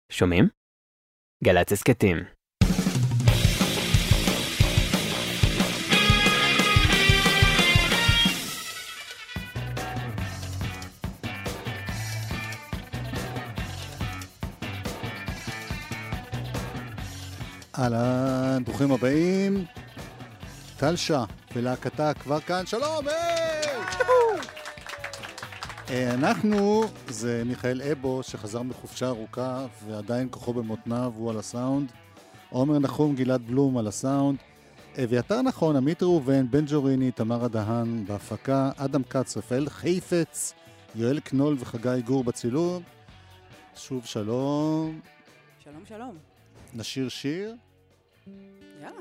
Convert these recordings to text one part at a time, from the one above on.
שומעים? גל"צ הסכתים. אהלן, ברוכים הבאים. טלשה ולהקתה כבר כאן. שלום! אנחנו, זה מיכאל אבו שחזר מחופשה ארוכה ועדיין כוחו במותניו, הוא על הסאונד. עומר נחום, גלעד בלום על הסאונד. ויותר נכון, עמית ראובן, בן ג'וריני, תמר הדהן בהפקה, אדם קץ, רפאל חיפץ, יואל קנול וחגי גור בצילום. שוב שלום. שלום שלום. נשיר שיר? יאללה.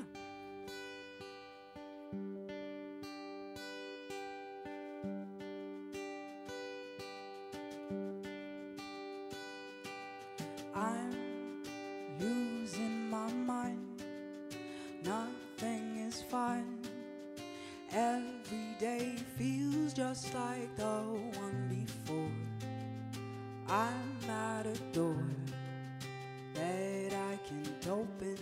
I'm losing my mind. Nothing is fine. Every day feels just like the one before. I'm at a door that I can't open.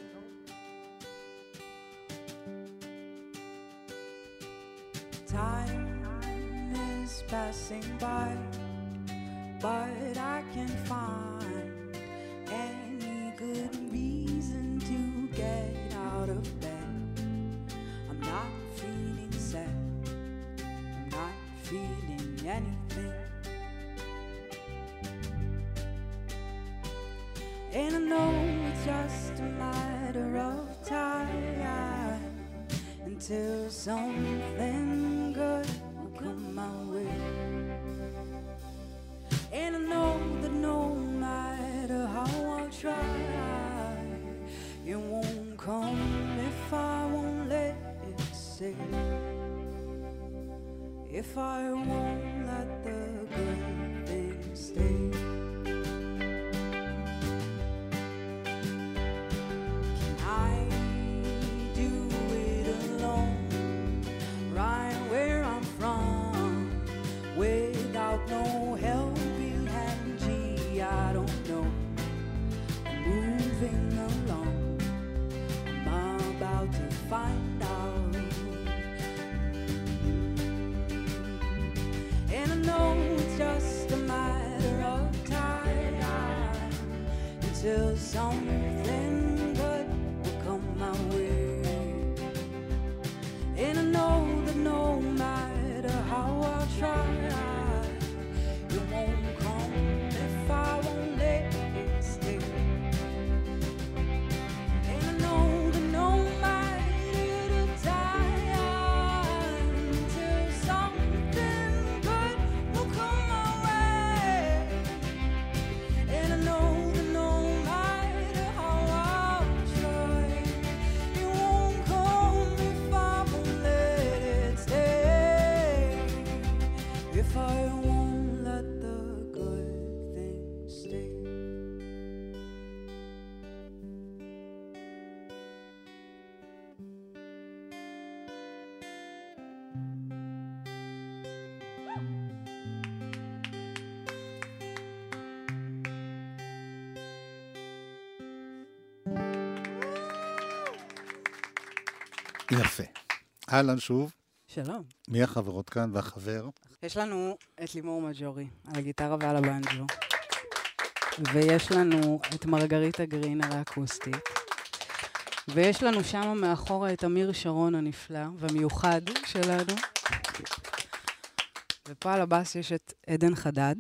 Time is passing by, but I can't find any good reason to get out of bed. I'm not feeling sad, I'm not feeling anything. And I know it's just a matter of time until something good will come my way. And I know that no matter how I try, it won't come if I won't let it stay. If I won't let the good things stay. No helping hand, gee, I don't know. I'm moving along, I'm about to find out. And I know it's just a matter of time until something good will come my way. And I know that no matter how I try, יפה. אהלן שוב. שלום. מי החברות כאן והחבר? יש לנו את לימור מג'ורי על הגיטרה ועל הבנג'ו. ויש לנו את מרגריטה גרין על האקוסטית. ויש לנו שם מאחורה את אמיר שרון הנפלא והמיוחד שלנו. ופה על הבאס יש את עדן חדד.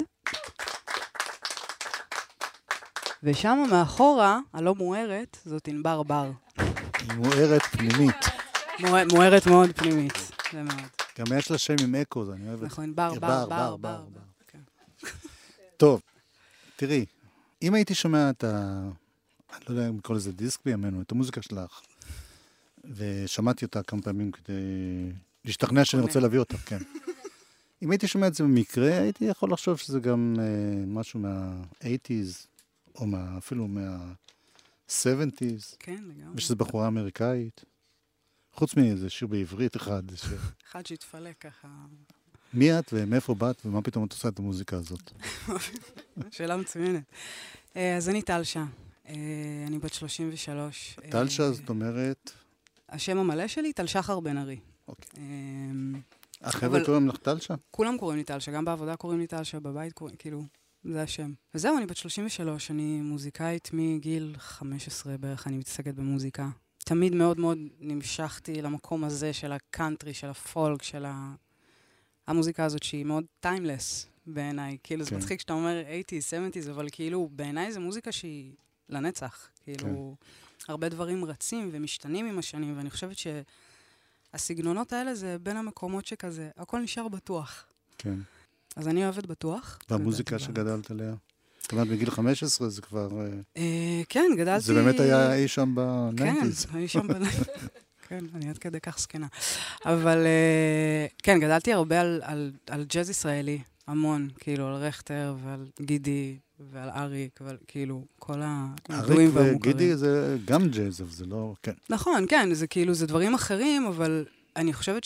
ושם מאחורה, הלא מוארת, זאת ענבר בר. היא מוארת פנימית. מוארת מאוד פנימית, זה מאוד. גם יש לה שם עם אקו, אני אוהב את זה. נכון, בר. טוב, תראי, אם הייתי שומע את אני לא יודע אם לקרוא לזה דיסק בימינו, את המוזיקה שלך, ושמעתי אותה כמה פעמים כדי להשתכנע שאני רוצה להביא אותה, כן. אם הייתי שומע את זה במקרה, הייתי יכול לחשוב שזה גם משהו מה-80s, או אפילו מה-70s. כן, לגמרי. ושזו בחורה אמריקאית. חוץ מאיזה שיר בעברית אחד. אחד שהתפלק ככה. מי את ומאיפה באת ומה פתאום את עושה את המוזיקה הזאת? שאלה מצוינת. אז אני טלשה. אני בת 33. טלשה, זאת אומרת... השם המלא שלי, טל שחר בן ארי. אוקיי. החבר'ה קוראים לך טלשה? כולם קוראים לי טלשה, גם בעבודה קוראים לי טלשה, בבית קוראים, כאילו, זה השם. וזהו, אני בת 33, אני מוזיקאית מגיל 15 בערך, אני מתעסקת במוזיקה. תמיד מאוד מאוד נמשכתי למקום הזה של הקאנטרי, של הפולק, של המוזיקה הזאת שהיא מאוד טיימלס בעיניי. כאילו, זה מצחיק שאתה אומר 80s, 70s, אבל כאילו, בעיניי זה מוזיקה שהיא לנצח. כאילו, הרבה דברים רצים ומשתנים עם השנים, ואני חושבת שהסגנונות האלה זה בין המקומות שכזה, הכל נשאר בטוח. כן. אז אני אוהבת בטוח. והמוזיקה שגדלת עליה? זאת אומרת, בגיל 15 זה כבר... כן, גדלתי... זה באמת היה אי שם בניינטיז. כן, אי שם בניינטיז. כן, אני עד כדי כך סקנה. אבל כן, גדלתי הרבה על ג'אז ישראלי, המון, כאילו, על רכטר ועל גידי ועל אריק, ועל כאילו, כל הגדולים והמוכרים. אריק וגידי זה גם ג'אז, אבל זה לא... כן. נכון, כן, זה כאילו, זה דברים אחרים, אבל אני חושבת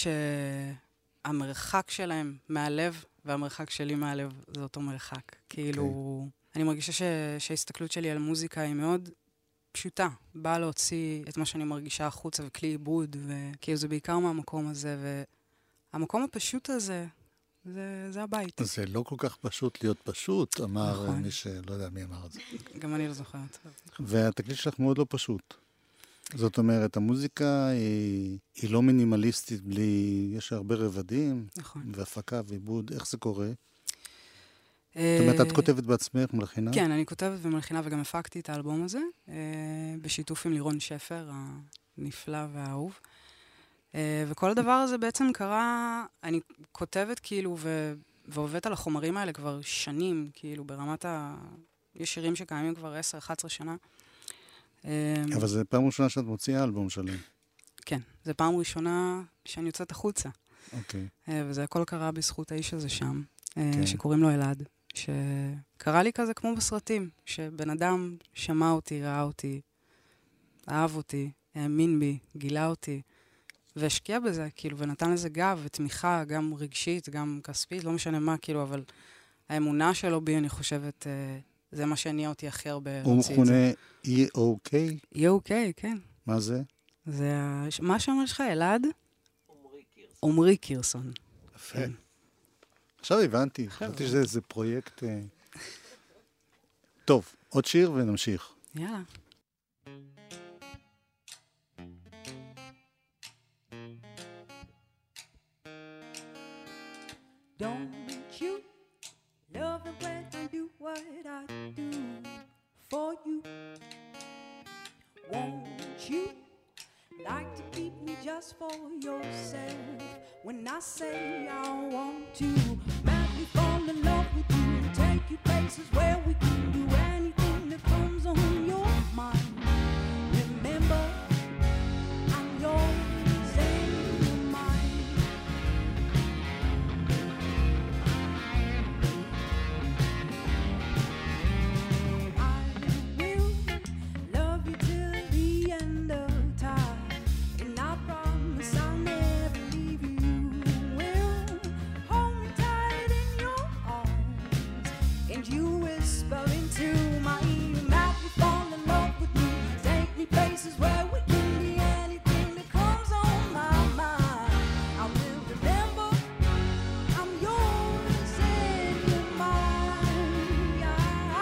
שהמרחק שלהם מהלב, והמרחק שלי מהלב זה אותו מרחק. כאילו, אני מרגישה שההסתכלות שלי על מוזיקה היא מאוד פשוטה. באה להוציא את מה שאני מרגישה החוצה, וכלי עיבוד, וכאילו זה בעיקר מהמקום הזה, והמקום הפשוט הזה, זה הבית. זה לא כל כך פשוט להיות פשוט, אמר מי שלא יודע מי אמר את זה. גם אני לא זוכרת. והתקליט שלך מאוד לא פשוט. זאת אומרת, המוזיקה היא לא מינימליסטית בלי, יש הרבה רבדים, והפקה ועיבוד, איך זה קורה? זאת אומרת, את כותבת בעצמך, מלחינה? כן, אני כותבת ומלחינה, וגם הפקתי את האלבום הזה, בשיתוף עם לירון שפר, הנפלא והאהוב. וכל הדבר הזה בעצם קרה, אני כותבת כאילו, ועובדת על החומרים האלה כבר שנים, כאילו, ברמת יש שירים שקיימים כבר 10-11 שנה. אבל זה פעם ראשונה שאת מוציאה אלבום שלם. כן, זה פעם ראשונה שאני יוצאת החוצה. אוקיי. וזה הכל קרה בזכות האיש הזה שם, שקוראים לו אלעד. שקרה לי כזה כמו בסרטים, שבן אדם שמע אותי, ראה אותי, אהב אותי, האמין בי, גילה אותי, והשקיע בזה, כאילו, ונתן לזה גב ותמיכה, גם רגשית, גם כספית, לא משנה מה, כאילו, אבל האמונה שלו בי, אני חושבת, זה מה שהניע אותי הכי הרבה. הוא מכונה EOK? EOK, כן. מה זה? זה, מה שאומר שלך, אלעד? עומרי קירסון. יפה. עכשיו הבנתי, חשבתי שזה פרויקט... טוב, עוד שיר ונמשיך. יאללה. Don't you love it when I do what I do for you? Won't you like to keep me just for yourself? When I say I want to madly fall in love with you, take you places where we can do anything that comes on your mind. Remember, I'm yours and you're mine. I will love you till the end of time, and I promise I'll never leave you. You will hold me tight in your arms, and you whisper into my ear, make me fall in love with me, take me places where we can be anything that comes on my mind. I will remember I'm yours and you're mine. You're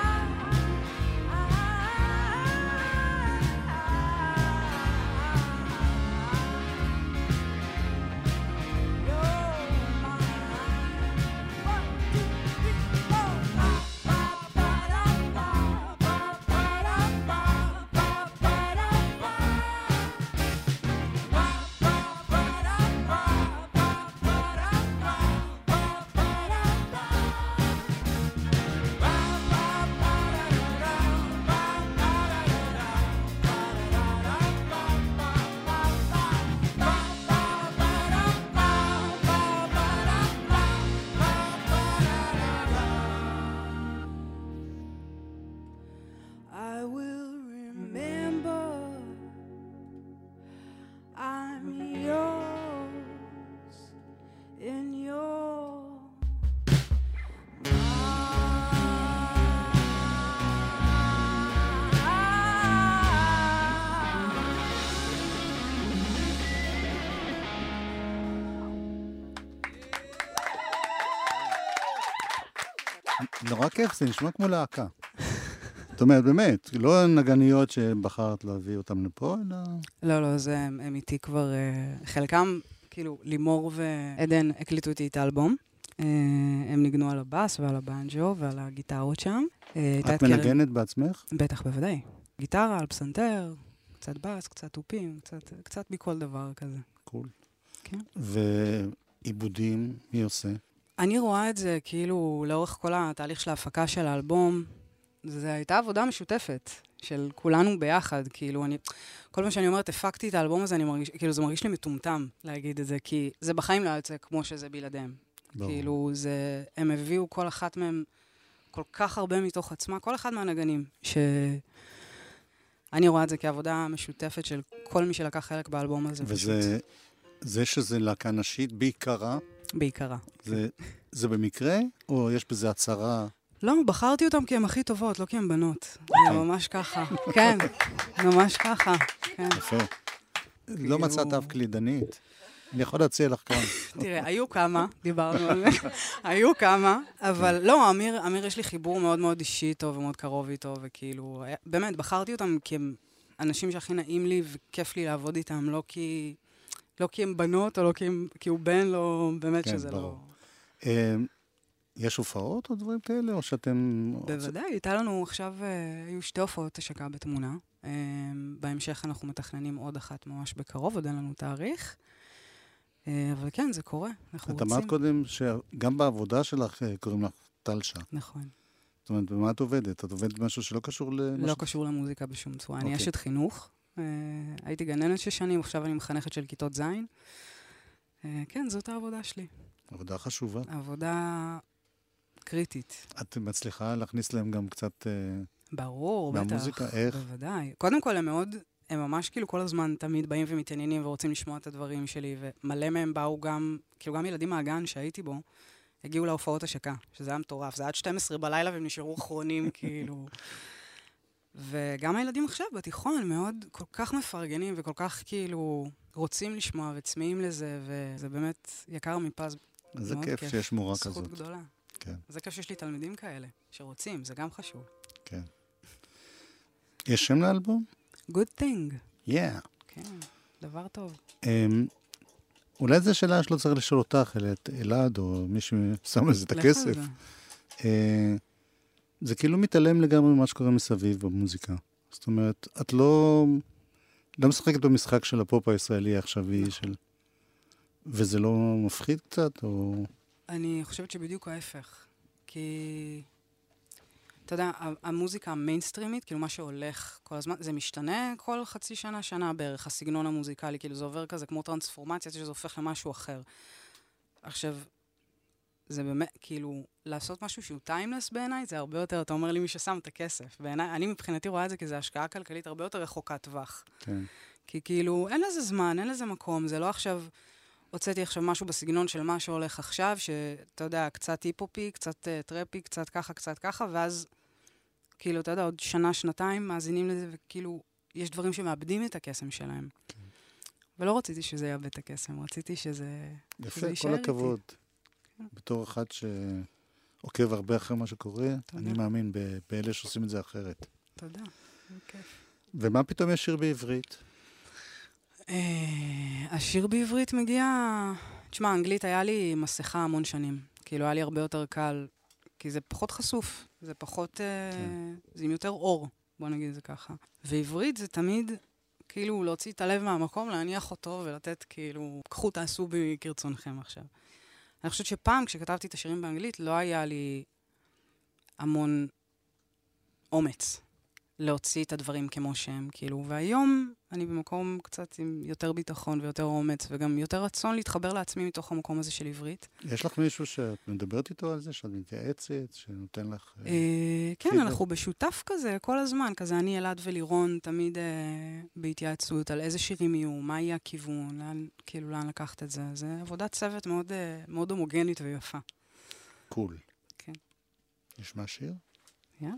I will remember I'm yours in your mind. נורא כיף, זה נשמע כמו להקה. זאת אומרת, באמת, לא נגניות שבחרת להביא אותם לפה, אלא... לא, לא, זה הם איתי כבר, חלקם, כאילו, לימור ועדן הקליטו איתי את האלבום. הם ניגנו על הבאס ועל הבנג'ו ועל הגיטרות שם. את מנגנת בעצמך? בטח, בוודאי. גיטרה, על פסנתר, קצת בס, קצת טופים, קצת מכל דבר כזה. קול. כן. ועיבודים, מי עושה? אני רואה את זה כאילו לאורך כל התהליך של ההפקה של האלבום, זו הייתה עבודה משותפת של כולנו ביחד, כאילו כל מה שאני אומרת, הפקתי את האלבום הזה, כאילו זה מרגיש לי מטומטם להגיד את זה, כי זה בחיים לא יוצא כמו שזה בלעדיהם. כאילו הם הביאו כל אחת מהם כל כך הרבה מתוך עצמה, כל אחד מהנגנים, אני רואה את זה כעבודה משותפת של כל מי שלקח חלק באלבום הזה. וזה שזה להקה נשית בעיקרה? בעיקרה. זה במקרה, או יש בזה הצהרה? לא, בחרתי אותם כי הם הכי טובות, לא כי הם בנות. זה ממש ככה. כן, ממש ככה. יפה. לא מצאת אף קלידנית. אני יכול להציע לך כאן. תראה, היו כמה, דיברנו על זה. היו כמה, אבל לא, אמיר יש לי חיבור מאוד מאוד אישי איתו ומאוד קרוב איתו, וכאילו, באמת, בחרתי אותם כי הם אנשים שהכי נעים לי וכיף לי לעבוד איתם, לא כי הם בנות, או לא כי הוא בן, לא, באמת שזה לא... יש הופעות או דברים כאלה, או שאתם... בוודאי, הייתה לנו עכשיו, היו 2 הופעות השקה בתמונה. בהמשך אנחנו מתכננים עוד אחת ממש בקרוב, עוד אין לנו תאריך. אבל כן, זה קורה, אנחנו רוצים. את אמרת קודם שגם בעבודה שלך קוראים לך טלשה. נכון. זאת אומרת, במה את עובדת? את עובדת במשהו שלא קשור למשהו? לא קשור למוזיקה בשום צורה. אני אשת חינוך. הייתי גננת 6 שנים, עכשיו אני מחנכת של כיתות זין. כן, זאת העבודה שלי. עבודה חשובה. עבודה קריטית. את מצליחה להכניס להם גם קצת... ברור, בטח. מהמוזיקה, איך? בוודאי. קודם כל, הם ממש כאילו כל הזמן תמיד באים ומתעניינים ורוצים לשמוע את הדברים שלי, ומלא מהם באו גם, כאילו גם ילדים מהגן שהייתי בו, הגיעו להופעות השקה, שזה היה מטורף. זה עד 12 בלילה והם נשארו אחרונים, כאילו. וגם הילדים עכשיו בתיכון מאוד כל כך מפרגנים וכל כך כאילו רוצים לשמוע וצמאים לזה, וזה באמת יקר מפז. זה כיף שיש מורה כזאת. זכות גדולה. כן. זה כיף שיש לי תלמידים כאלה שרוצים, זה גם חשוב. כן. יש שם לאלבום? Good thing. Yeah. כן, דבר טוב. אולי זו שאלה שלא צריך לשאול אותך, אלא את אלעד או מישהו שם לזה את הכסף. זה כאילו מתעלם לגמרי ממה שקורה מסביב במוזיקה. זאת אומרת, את לא משחקת במשחק של הפופ הישראלי העכשווי של... וזה לא מפחיד קצת, או... אני חושבת שבדיוק ההפך. כי... אתה יודע, המוזיקה המיינסטרימית, כאילו מה שהולך כל הזמן, זה משתנה כל חצי שנה, שנה בערך, הסגנון המוזיקלי, כאילו זה עובר כזה כמו טרנספורמציה, שזה הופך למשהו אחר. עכשיו, זה באמת, כאילו, לעשות משהו שהוא טיימלס בעיניי, זה הרבה יותר, אתה אומר לי מי ששם את הכסף. בעיניי, אני מבחינתי רואה את זה כי זה השקעה כלכלית הרבה יותר רחוקת טווח. כן. כי כאילו, אין לזה זמן, אין לזה מקום, זה לא עכשיו... הוצאתי עכשיו משהו בסגנון של מה שהולך עכשיו, שאתה יודע, קצת היפופי, קצת טרפי, קצת ככה, ואז, כאילו, אתה יודע, עוד שנה, שנתיים מאזינים לזה, וכאילו, יש דברים שמאבדים את הקסם שלהם. כן. ולא רציתי שזה יאבד את הקסם, רציתי שזה... יפה, כל הכבוד. כן. בתור אחד שעוקב הרבה אחרי מה שקורה, תודה. אני מאמין באלה שעושים את זה אחרת. תודה, בכיף. ומה פתאום יש שיר בעברית? השיר בעברית מגיע... תשמע, אנגלית היה לי מסכה המון שנים. כאילו, היה לי הרבה יותר קל, כי זה פחות חשוף. זה פחות... זה עם יותר אור, בוא נגיד את זה ככה. ועברית זה תמיד, כאילו, להוציא את הלב מהמקום, להניח אותו ולתת, כאילו, קחו, תעשו בי כרצונכם עכשיו. אני חושבת שפעם, כשכתבתי את השירים באנגלית, לא היה לי המון אומץ להוציא את הדברים כמו שהם, כאילו, והיום אני במקום קצת עם יותר ביטחון ויותר אומץ, וגם יותר רצון להתחבר לעצמי מתוך המקום הזה של עברית. יש לך מישהו שאת מדברת איתו על זה, שאת מתייעצת, שנותן לך... כן, אנחנו בשותף כזה כל הזמן, כזה אני, אלעד ולירון, תמיד בהתייעצות על איזה שירים יהיו, מה יהיה הכיוון, כאילו לאן לקחת את זה. זה עבודת צוות מאוד, מאוד הומוגנית ויפה. קול. כן. נשמע שיר? יאללה.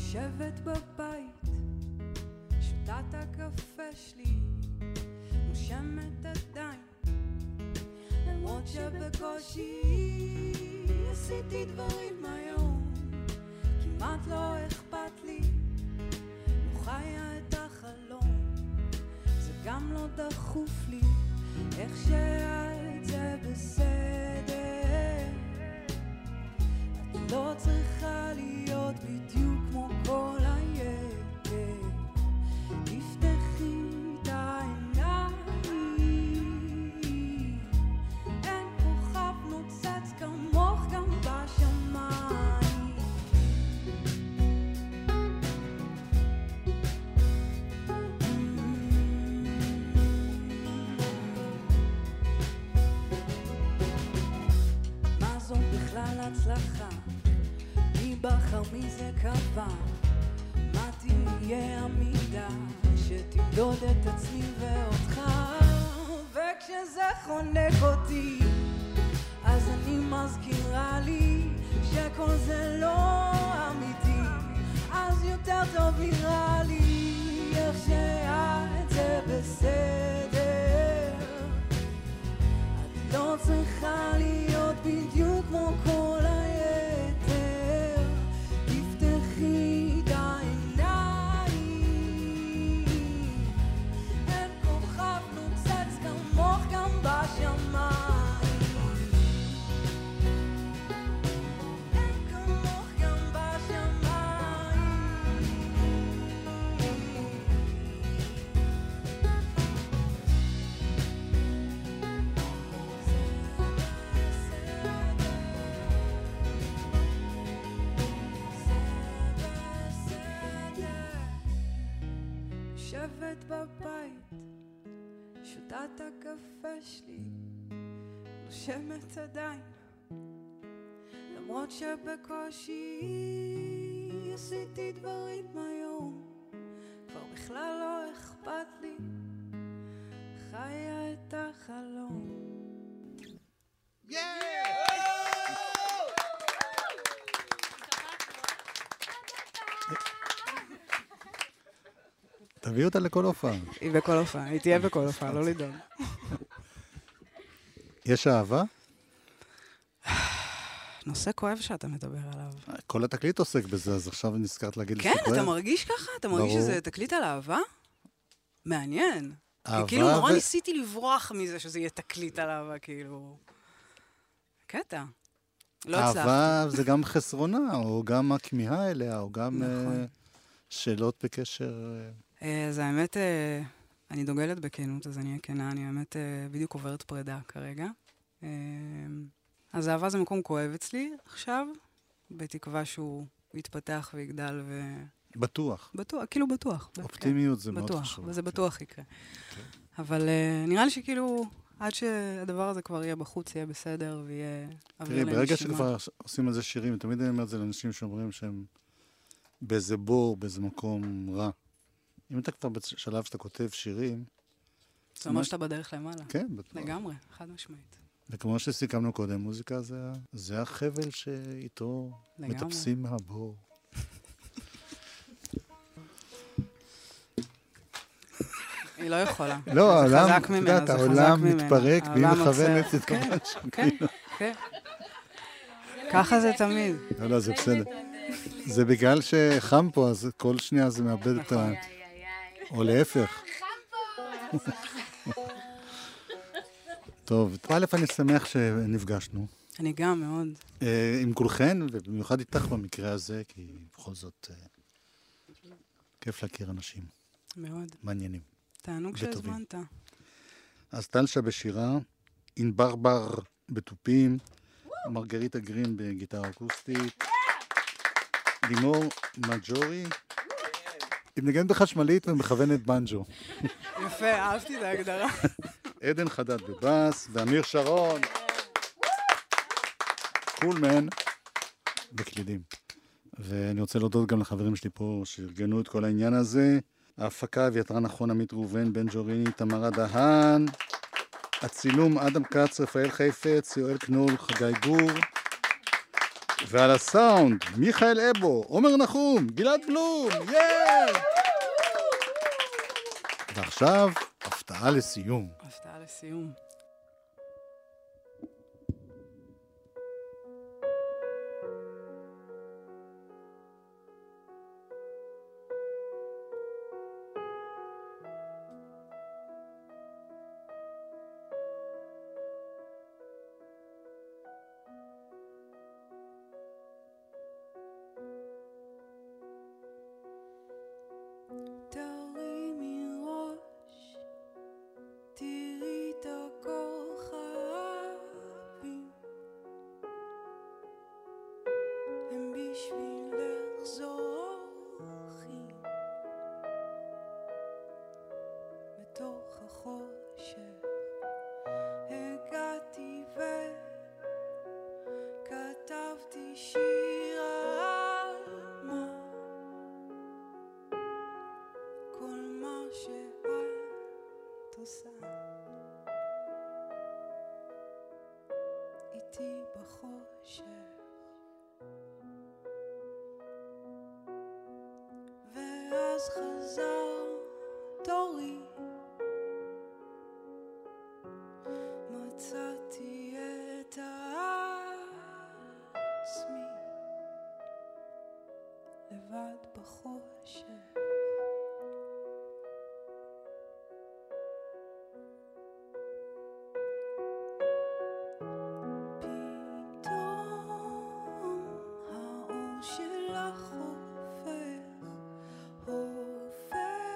יושבת בבית, שותה את הקפה שלי, נושמת עדיין, למרות שבקושי עשיתי דברים היום, כמעט לא אכפת לי, לא חיה את החלום, זה גם לא דחוף לי, איך שאת זה בסדר, את לא צריכה להיות בדיוק כמו כל היתר, תפתחי את העיניים, אין כוכב נוצץ כמוך גם בשמיים. מה זאת בכלל הצלחה? מי בחר מי זה קבע? מה תהיה המידה שתמדוד את עצמי ואותך? וכשזה חונק אותי אז אני מזכירה לי שכל זה לא אמיתי, אז יותר טוב נראה לי איך שאת זה בסדר, את לא צריכה להיות בדיוק כמו כל היתר, תפתחי את העיניים, אין כוכב נוצץ כמוך גם בשמיים, אין כמוך גם בשמיים. יושבת בבית, שותה את הקפה שלי, נושמת עדיין, למרות שבקושי עשיתי דברים היום, כבר בכלל לא אכפת לי, חיה את החלום. תביאו אותה לכל הופעה. היא בכל הופעה, היא תהיה בכל הופעה, לא לדאוג. יש אהבה? נושא כואב שאתה מדבר עליו. כל התקליט עוסק בזה, אז עכשיו נזכרת להגיד לי כן, שכואב. אתה מרגיש ככה? אתה מרגיש ברור. שזה תקליט על אהבה? מעניין. אהבה כי כאילו נורא ו- ניסיתי לברוח מזה שזה יהיה תקליט על אהבה, כאילו... קטע. לא הצלחתי. אהבה זה גם חסרונה, או גם הכמיהה אליה, או גם נכון. שאלות בקשר... אז האמת, אני דוגלת בכנות, אז אני אהיה כנה, אני האמת בדיוק עוברת פרידה כרגע. אז אהבה זה מקום כואב אצלי עכשיו, בתקווה שהוא יתפתח ויגדל בטוח. בטוח, כאילו בטוח. אופטימיות זה מאוד בטוח, חשוב. וזה בטוח יקרה. אבל נראה לי שכאילו, עד שהדבר הזה כבר יהיה בחוץ, יהיה בסדר, ויהיה אוויר תראי, לנשימה. ברגע שכבר עושים על זה שירים, תמיד אני אומר את זה לאנשים שאומרים שהם באיזה בור, באיזה מקום רע. אם אתה כבר בשלב שאתה כותב שירים... זאת אומרת שאתה בדרך למעלה. כן, בטוח. לגמרי, חד משמעית. וכמו שסיכמנו קודם, מוזיקה זה החבל שאיתו לגמרי. מטפסים מהבור. היא לא יכולה. לא, זה העולם, חזק את ממנה, יודעת, זה חזק העולם ממנה. מתפרק, והיא העולם מכוונת עוצר. את כל כן, השם. כן, כן. ככה זה תמיד. לא, זה בסדר. זה בגלל שחם פה, אז כל שנייה זה מאבד את ה... או להפך. טוב, א', אני שמח שנפגשנו. אני גם מאוד. עם כולכן, ובמיוחד איתך במקרה הזה, כי בכל זאת כיף להכיר אנשים מאוד. מעניינים. תענוג וטובים. שהזמנת. אז טלשה בשירה, ענבר בר בתופים, מרגריטה גרין בגיטרה אקוסטית, לימור מג'ורי, עם נגן בחשמלית ומכוונת בנג'ו. יפה, אהבתי את ההגדרה. עדן חדד בבאס, ואמיר שרון, קולמן, בקלידים. ואני רוצה להודות גם לחברים שלי פה שארגנו את כל העניין הזה. ההפקה, אביתר נכון, עמית ראובן, בן ג'וריני, תמרה דהן, הצילום, אדם כץ, רפאל חיפץ, יואל קנול, חגי גור, ועל הסאונד, מיכאל אבו, עומר נחום, גלעד בלום, ועכשיו, הפתעה לסיום. הפתעה לסיום. תרימי ראש, תראי את הכוכבים, הם בשבילך זורחים בתוך החושך. הגעתי וכתבתי שיר על מה כל מה שאת עושה איתי בחושך, ואז חזר תורי, מצאתי את עצמי לבד בחושך. פתאום האור שלך הופך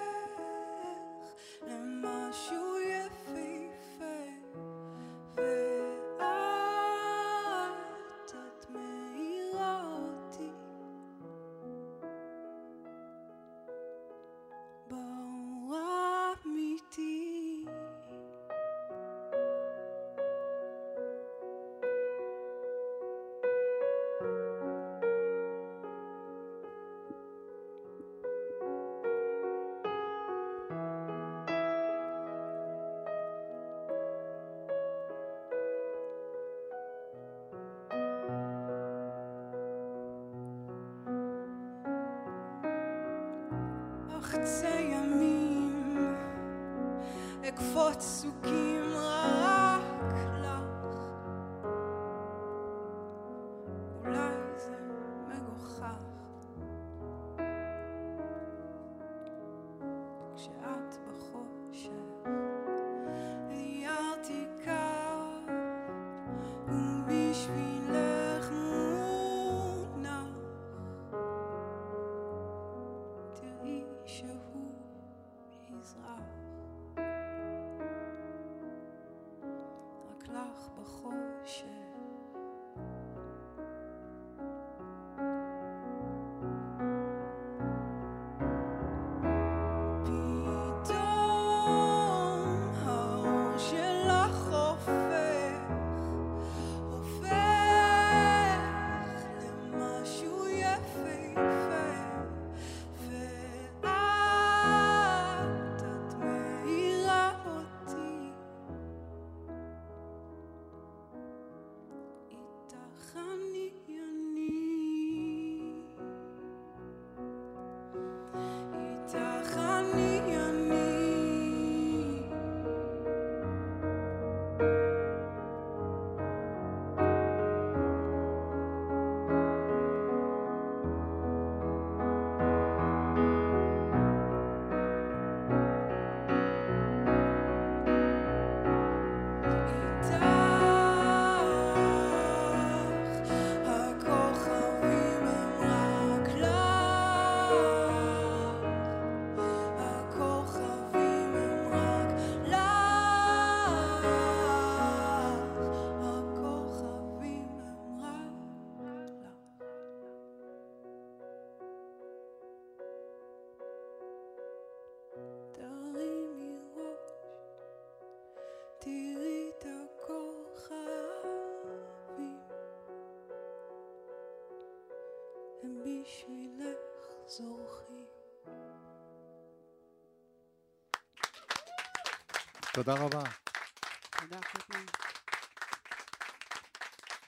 למשהו יפהפה, ואת מאירה אותי באור האמיתי. אחצה ימים, אקפוץ סוקים רק לך, אולי זה מגוחך כשאת בחושך. ציירתי קו ובשבילך מונח, תראי שהוא יזרח רק לך בחושך. פתאום האור שלך הופך למשהו יפהפה, ואת מאירה אותי, איתך אני איתך אני הכוכבים הם רק לך, הכוכבים הם רק לך, הכוכבים הם רק לך. תרימי ראש, תראי את הכוכבים, הם בשבילך זורחים. תודה רבה. תודה, קוטמן.